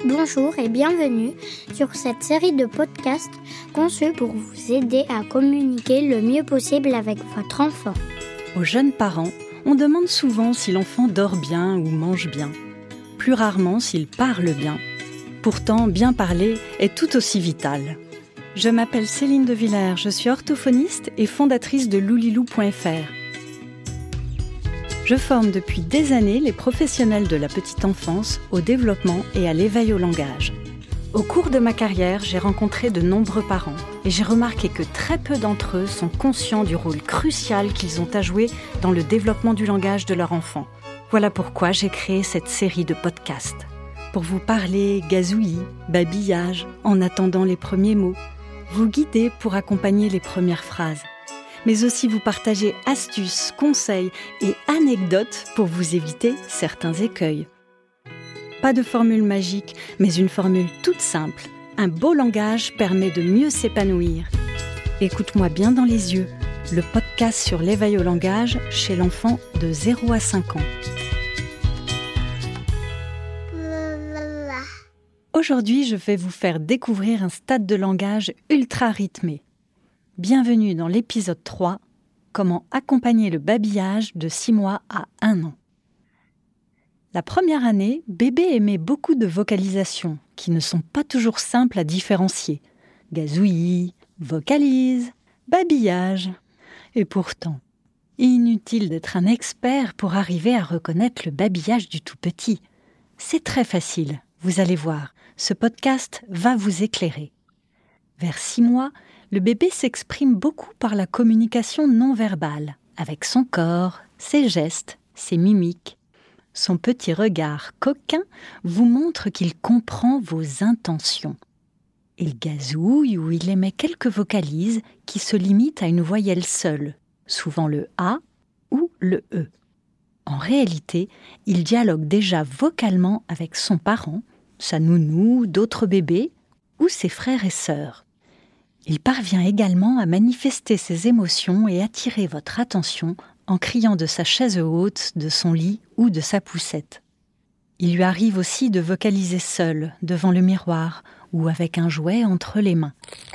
Bonjour et bienvenue sur cette série de podcasts conçus pour vous aider à communiquer le mieux possible avec votre enfant. Aux jeunes parents, on demande souvent si l'enfant dort bien ou mange bien. Plus rarement s'il parle bien. Pourtant, bien parler est tout aussi vital. Je m'appelle Céline de Villers, je suis orthophoniste et fondatrice de loulilou.fr. Je forme depuis des années les professionnels de la petite enfance au développement et à l'éveil au langage. Au cours de ma carrière, j'ai rencontré de nombreux parents et j'ai remarqué que très peu d'entre eux sont conscients du rôle crucial qu'ils ont à jouer dans le développement du langage de leur enfant. Voilà pourquoi j'ai créé cette série de podcasts. Pour vous parler gazouillis, babillage, en attendant les premiers mots, vous guider pour accompagner les premières phrases, mais aussi vous partager astuces, conseils et anecdotes pour vous éviter certains écueils. Pas de formule magique, mais une formule toute simple. Un beau langage permet de mieux s'épanouir. Écoute-moi bien dans les yeux, le podcast sur l'éveil au langage chez l'enfant de 0 à 5 ans. Aujourd'hui, je vais vous faire découvrir un stade de langage ultra rythmé. Bienvenue dans l'épisode 3, comment accompagner le babillage de 6 mois à 1 an. La première année, bébé émet beaucoup de vocalisations qui ne sont pas toujours simples à différencier. Gazouillis, vocalise, babillage. Et pourtant, inutile d'être un expert pour arriver à reconnaître le babillage du tout petit. C'est très facile, vous allez voir, ce podcast va vous éclairer. Vers 6 mois, le bébé s'exprime beaucoup par la communication non verbale, avec son corps, ses gestes, ses mimiques. Son petit regard coquin vous montre qu'il comprend vos intentions. Il gazouille ou il émet quelques vocalises qui se limitent à une voyelle seule, souvent le A ou le E. En réalité, il dialogue déjà vocalement avec son parent, sa nounou, d'autres bébés ou ses frères et sœurs. Il parvient également à manifester ses émotions et attirer votre attention en criant de sa chaise haute, de son lit ou de sa poussette. Il lui arrive aussi de vocaliser seul, devant le miroir ou avec un jouet entre les mains.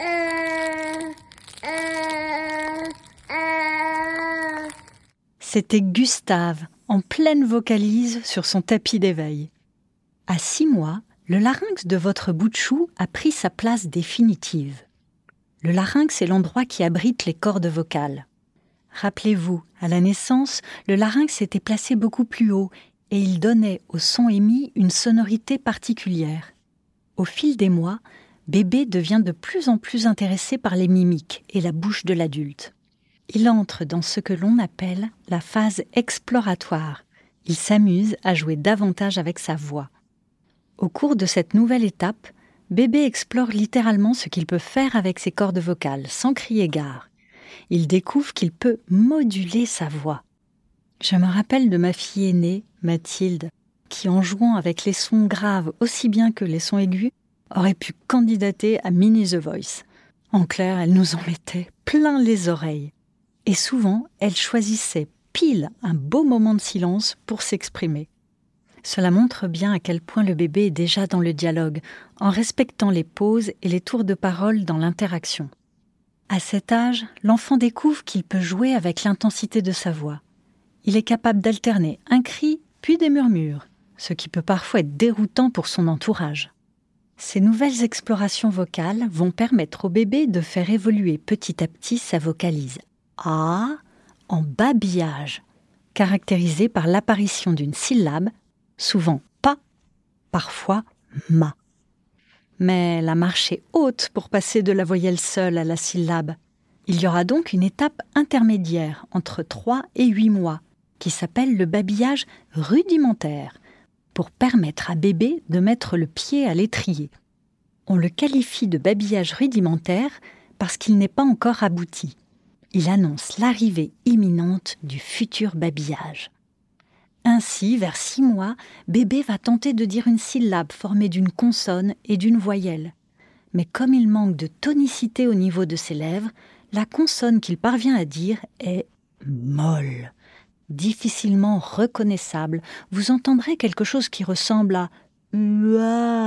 C'était Gustave, en pleine vocalise sur son tapis d'éveil. À 6 mois, le larynx de votre bout de chou a pris sa place définitive. Le larynx est l'endroit qui abrite les cordes vocales. Rappelez-vous, à la naissance, le larynx était placé beaucoup plus haut et il donnait au son émis une sonorité particulière. Au fil des mois, bébé devient de plus en plus intéressé par les mimiques et la bouche de l'adulte. Il entre dans ce que l'on appelle la phase exploratoire. Il s'amuse à jouer davantage avec sa voix. Au cours de cette nouvelle étape, bébé explore littéralement ce qu'il peut faire avec ses cordes vocales, sans crier gare. Il découvre qu'il peut moduler sa voix. Je me rappelle de ma fille aînée, Mathilde, qui en jouant avec les sons graves aussi bien que les sons aigus, aurait pu candidater à Mini The Voice. En clair, elle nous en mettait plein les oreilles. Et souvent, elle choisissait pile un beau moment de silence pour s'exprimer. Cela montre bien à quel point le bébé est déjà dans le dialogue, en respectant les pauses et les tours de parole dans l'interaction. À cet âge, l'enfant découvre qu'il peut jouer avec l'intensité de sa voix. Il est capable d'alterner un cri puis des murmures, ce qui peut parfois être déroutant pour son entourage. Ces nouvelles explorations vocales vont permettre au bébé de faire évoluer petit à petit sa vocalise A en babillage, caractérisé par l'apparition d'une syllabe, souvent pas, parfois ma. Mais la marche est haute pour passer de la voyelle seule à la syllabe. Il y aura donc une étape intermédiaire entre 3 et 8 mois qui s'appelle le babillage rudimentaire pour permettre à bébé de mettre le pied à l'étrier. On le qualifie de babillage rudimentaire parce qu'il n'est pas encore abouti. Il annonce l'arrivée imminente du futur babillage. Ainsi, vers 6 mois, bébé va tenter de dire une syllabe formée d'une consonne et d'une voyelle. Mais comme il manque de tonicité au niveau de ses lèvres, la consonne qu'il parvient à dire est molle, difficilement reconnaissable. Vous entendrez quelque chose qui ressemble à « uah ».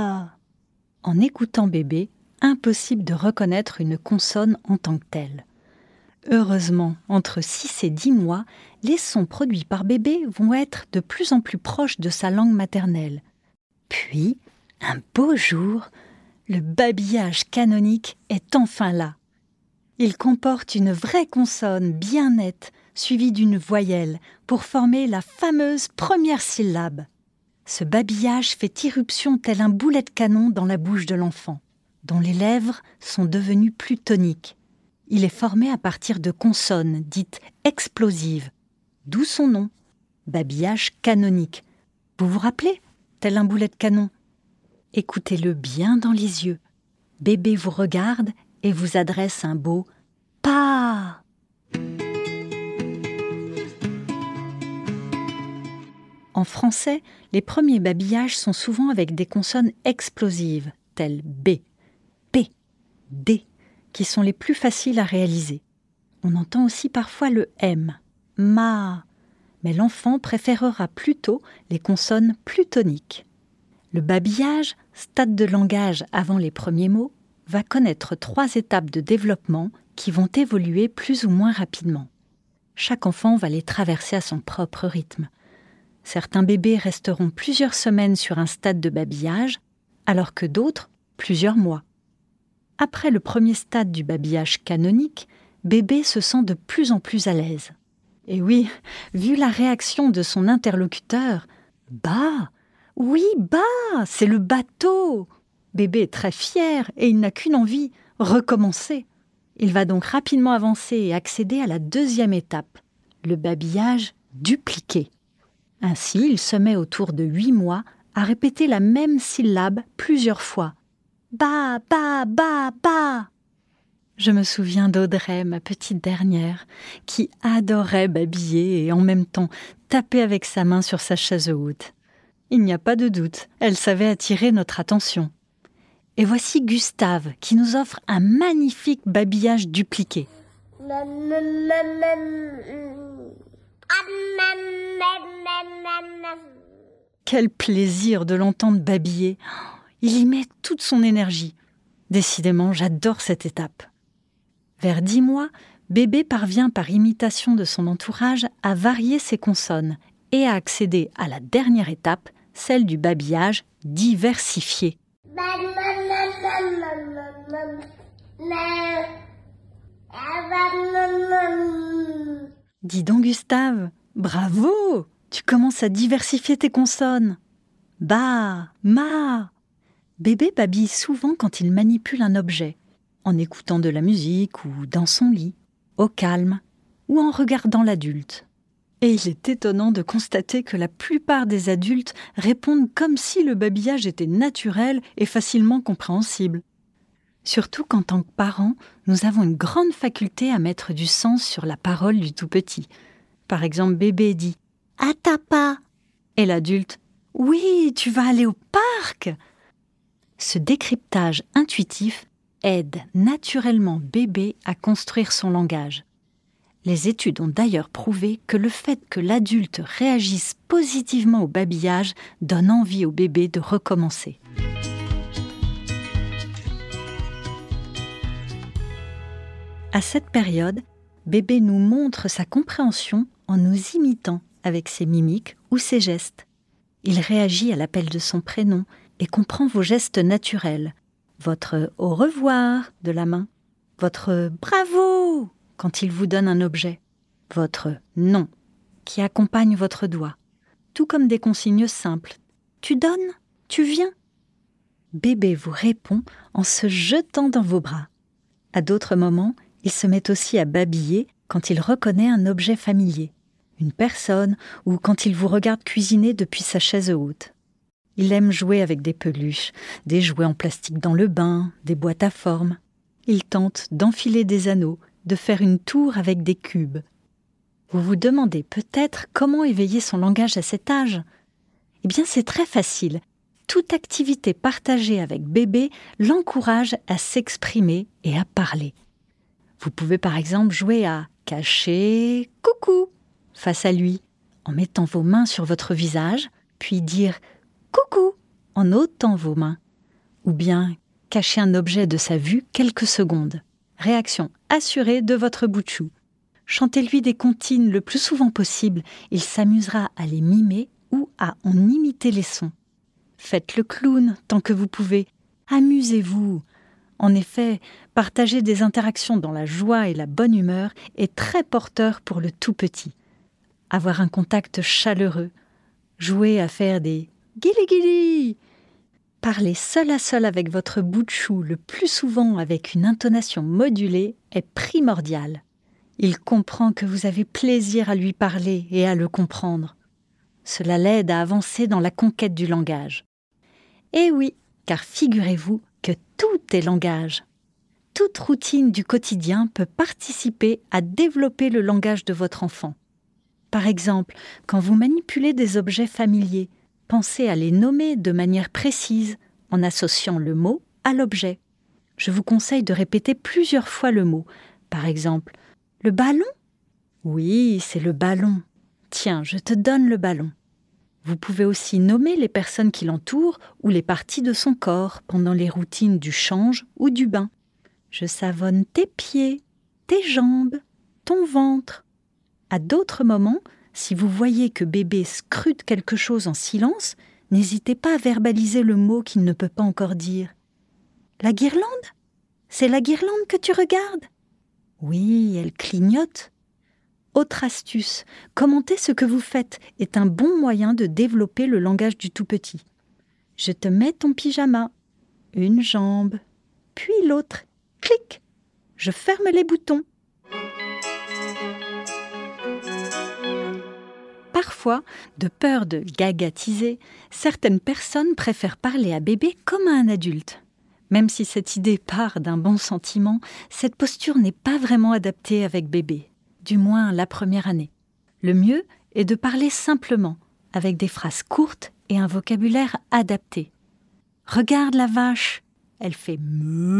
En écoutant bébé, impossible de reconnaître une consonne en tant que telle. Heureusement, entre 6 et 10 mois, les sons produits par bébé vont être de plus en plus proches de sa langue maternelle. Puis, un beau jour, le babillage canonique est enfin là. Il comporte une vraie consonne bien nette, suivie d'une voyelle, pour former la fameuse première syllabe. Ce babillage fait irruption tel un boulet de canon dans la bouche de l'enfant, dont les lèvres sont devenues plus toniques. Il est formé à partir de consonnes dites explosives, d'où son nom, babillage canonique. Vous vous rappelez, tel un boulet de canon? Écoutez-le bien dans les yeux. Bébé vous regarde et vous adresse un beau « pa ». En français, les premiers babillages sont souvent avec des consonnes explosives, telles B, P, D, qui sont les plus faciles à réaliser. On entend aussi parfois le M, ma, mais l'enfant préférera plutôt les consonnes plus toniques. Le babillage, stade de langage avant les premiers mots, va connaître 3 étapes de développement qui vont évoluer plus ou moins rapidement. Chaque enfant va les traverser à son propre rythme. Certains bébés resteront plusieurs semaines sur un stade de babillage, alors que d'autres, plusieurs mois. Après le premier stade du babillage canonique, bébé se sent de plus en plus à l'aise. Et oui, vu la réaction de son interlocuteur, « Bah, oui, bah, c'est le bateau !» Bébé est très fier et il n'a qu'une envie, recommencer. Il va donc rapidement avancer et accéder à la 2e étape, le babillage dupliqué. Ainsi, il se met autour de 8 mois à répéter la même syllabe plusieurs fois. Ba, ba, ba, ba. Je me souviens d'Audrey, ma petite dernière, qui adorait babiller et en même temps taper avec sa main sur sa chaise haute. Il n'y a pas de doute, elle savait attirer notre attention. Et voici Gustave qui nous offre un magnifique babillage dupliqué. Quel plaisir de l'entendre babiller. Il y met toute son énergie. Décidément, j'adore cette étape. Vers 10 mois, bébé parvient par imitation de son entourage à varier ses consonnes et à accéder à la dernière étape, celle du babillage diversifié. Dis donc Gustave, bravo! Tu commences à diversifier tes consonnes. Ba, ma. Bébé babille souvent quand il manipule un objet, en écoutant de la musique ou dans son lit, au calme ou en regardant l'adulte. Et il est étonnant de constater que la plupart des adultes répondent comme si le babillage était naturel et facilement compréhensible. Surtout qu'en tant que parents, nous avons une grande faculté à mettre du sens sur la parole du tout petit. Par exemple, bébé dit « Ah tapa » et l'adulte « Oui, tu vas aller au parc ». Ce décryptage intuitif aide naturellement bébé à construire son langage. Les études ont d'ailleurs prouvé que le fait que l'adulte réagisse positivement au babillage donne envie au bébé de recommencer. À cette période, bébé nous montre sa compréhension en nous imitant avec ses mimiques ou ses gestes. Il réagit à l'appel de son prénom et comprend vos gestes naturels. Votre « au revoir » de la main, votre « bravo » quand il vous donne un objet, votre « non » qui accompagne votre doigt, tout comme des consignes simples. « Tu donnes ? Tu viens ?» Bébé vous répond en se jetant dans vos bras. À d'autres moments, il se met aussi à babiller quand il reconnaît un objet familier, une personne ou quand il vous regarde cuisiner depuis sa chaise haute. Il aime jouer avec des peluches, des jouets en plastique dans le bain, des boîtes à formes. Il tente d'enfiler des anneaux, de faire une tour avec des cubes. Vous vous demandez peut-être comment éveiller son langage à cet âge ? Eh bien, c'est très facile. Toute activité partagée avec bébé l'encourage à s'exprimer et à parler. Vous pouvez par exemple jouer à « cacher coucou » face à lui, en mettant vos mains sur votre visage, puis dire « coucou » en ôtant vos mains. Ou bien Cachez un objet de sa vue quelques secondes. Réaction assurée de votre bout de chou. Chantez-lui des comptines le plus souvent possible. Il s'amusera à les mimer ou à en imiter les sons. Faites le clown tant que vous pouvez. Amusez-vous. En effet, partager des interactions dans la joie et la bonne humeur est très porteur pour le tout petit. Avoir un contact chaleureux. Jouer à faire des « guili-guili ». Parler seul à seul avec votre bout de chou, le plus souvent avec une intonation modulée, est primordial. Il comprend que vous avez plaisir à lui parler et à le comprendre. Cela l'aide à avancer dans la conquête du langage. Et oui, car figurez-vous que tout est langage. Toute routine du quotidien peut participer à développer le langage de votre enfant. Par exemple, quand vous manipulez des objets familiers, pensez à les nommer de manière précise en associant le mot à l'objet. Je vous conseille de répéter plusieurs fois le mot. Par exemple, le ballon ? Oui, c'est le ballon. Tiens, je te donne le ballon. Vous pouvez aussi nommer les personnes qui l'entourent ou les parties de son corps pendant les routines du change ou du bain. Je savonne tes pieds, tes jambes, ton ventre. À d'autres moments, si vous voyez que bébé scrute quelque chose en silence, n'hésitez pas à verbaliser le mot qu'il ne peut pas encore dire. La guirlande ? C'est la guirlande que tu regardes ? Oui, elle clignote. Autre astuce, commenter ce que vous faites est un bon moyen de développer le langage du tout-petit. Je te mets ton pyjama. Une jambe, puis l'autre. Clic. Je ferme les boutons. Parfois, de peur de gagatiser, certaines personnes préfèrent parler à bébé comme à un adulte. Même si cette idée part d'un bon sentiment, cette posture n'est pas vraiment adaptée avec bébé, du moins la première année. Le mieux est de parler simplement, avec des phrases courtes et un vocabulaire adapté. « Regarde la vache, elle fait meuh »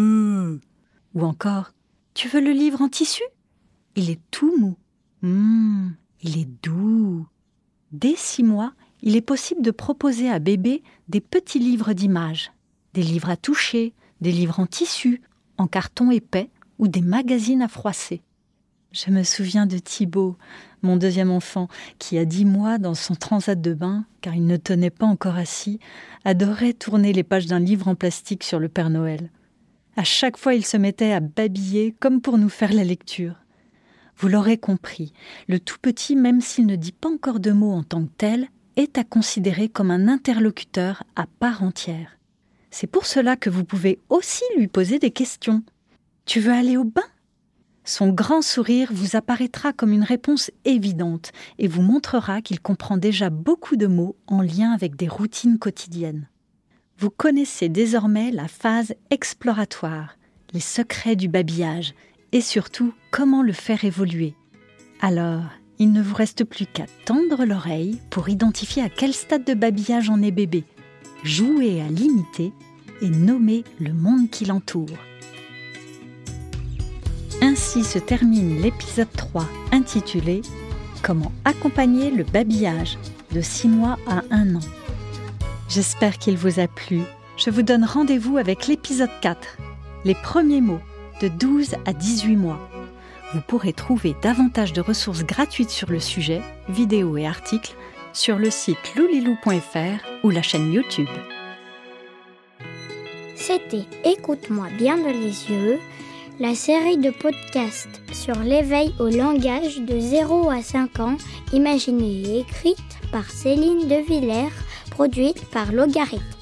ou encore « Tu veux le livre en tissu ? Il est tout mou. Il est doux. » Dès 6 mois, il est possible de proposer à bébé des petits livres d'images, des livres à toucher, des livres en tissu, en carton épais ou des magazines à froisser. Je me souviens de Thibaut, mon deuxième enfant, qui à 10 mois, dans son transat de bain, car il ne tenait pas encore assis, adorait tourner les pages d'un livre en plastique sur le Père Noël. À chaque fois, il se mettait à babiller comme pour nous faire la lecture. Vous l'aurez compris, le tout petit, même s'il ne dit pas encore de mots en tant que tel, est à considérer comme un interlocuteur à part entière. C'est pour cela que vous pouvez aussi lui poser des questions. « Tu veux aller au bain ?» Son grand sourire vous apparaîtra comme une réponse évidente et vous montrera qu'il comprend déjà beaucoup de mots en lien avec des routines quotidiennes. Vous connaissez désormais la phase exploratoire, les secrets du babillage, et surtout comment le faire évoluer. Alors, il ne vous reste plus qu'à tendre l'oreille pour identifier à quel stade de babillage en est bébé, jouer à l'imiter et nommer le monde qui l'entoure. Ainsi se termine l'épisode 3 intitulé « Comment accompagner le babillage de 6 mois à 1 an ». J'espère qu'il vous a plu. Je vous donne rendez-vous avec l'épisode 4, les premiers mots, de 12 à 18 mois. Vous pourrez trouver davantage de ressources gratuites sur le sujet, vidéos et articles, sur le site loulilou.fr ou la chaîne YouTube. C'était Écoute-moi bien dans les yeux, la série de podcasts sur l'éveil au langage de 0 à 5 ans, imaginée et écrite par Céline De Villers, produite par Logarithme.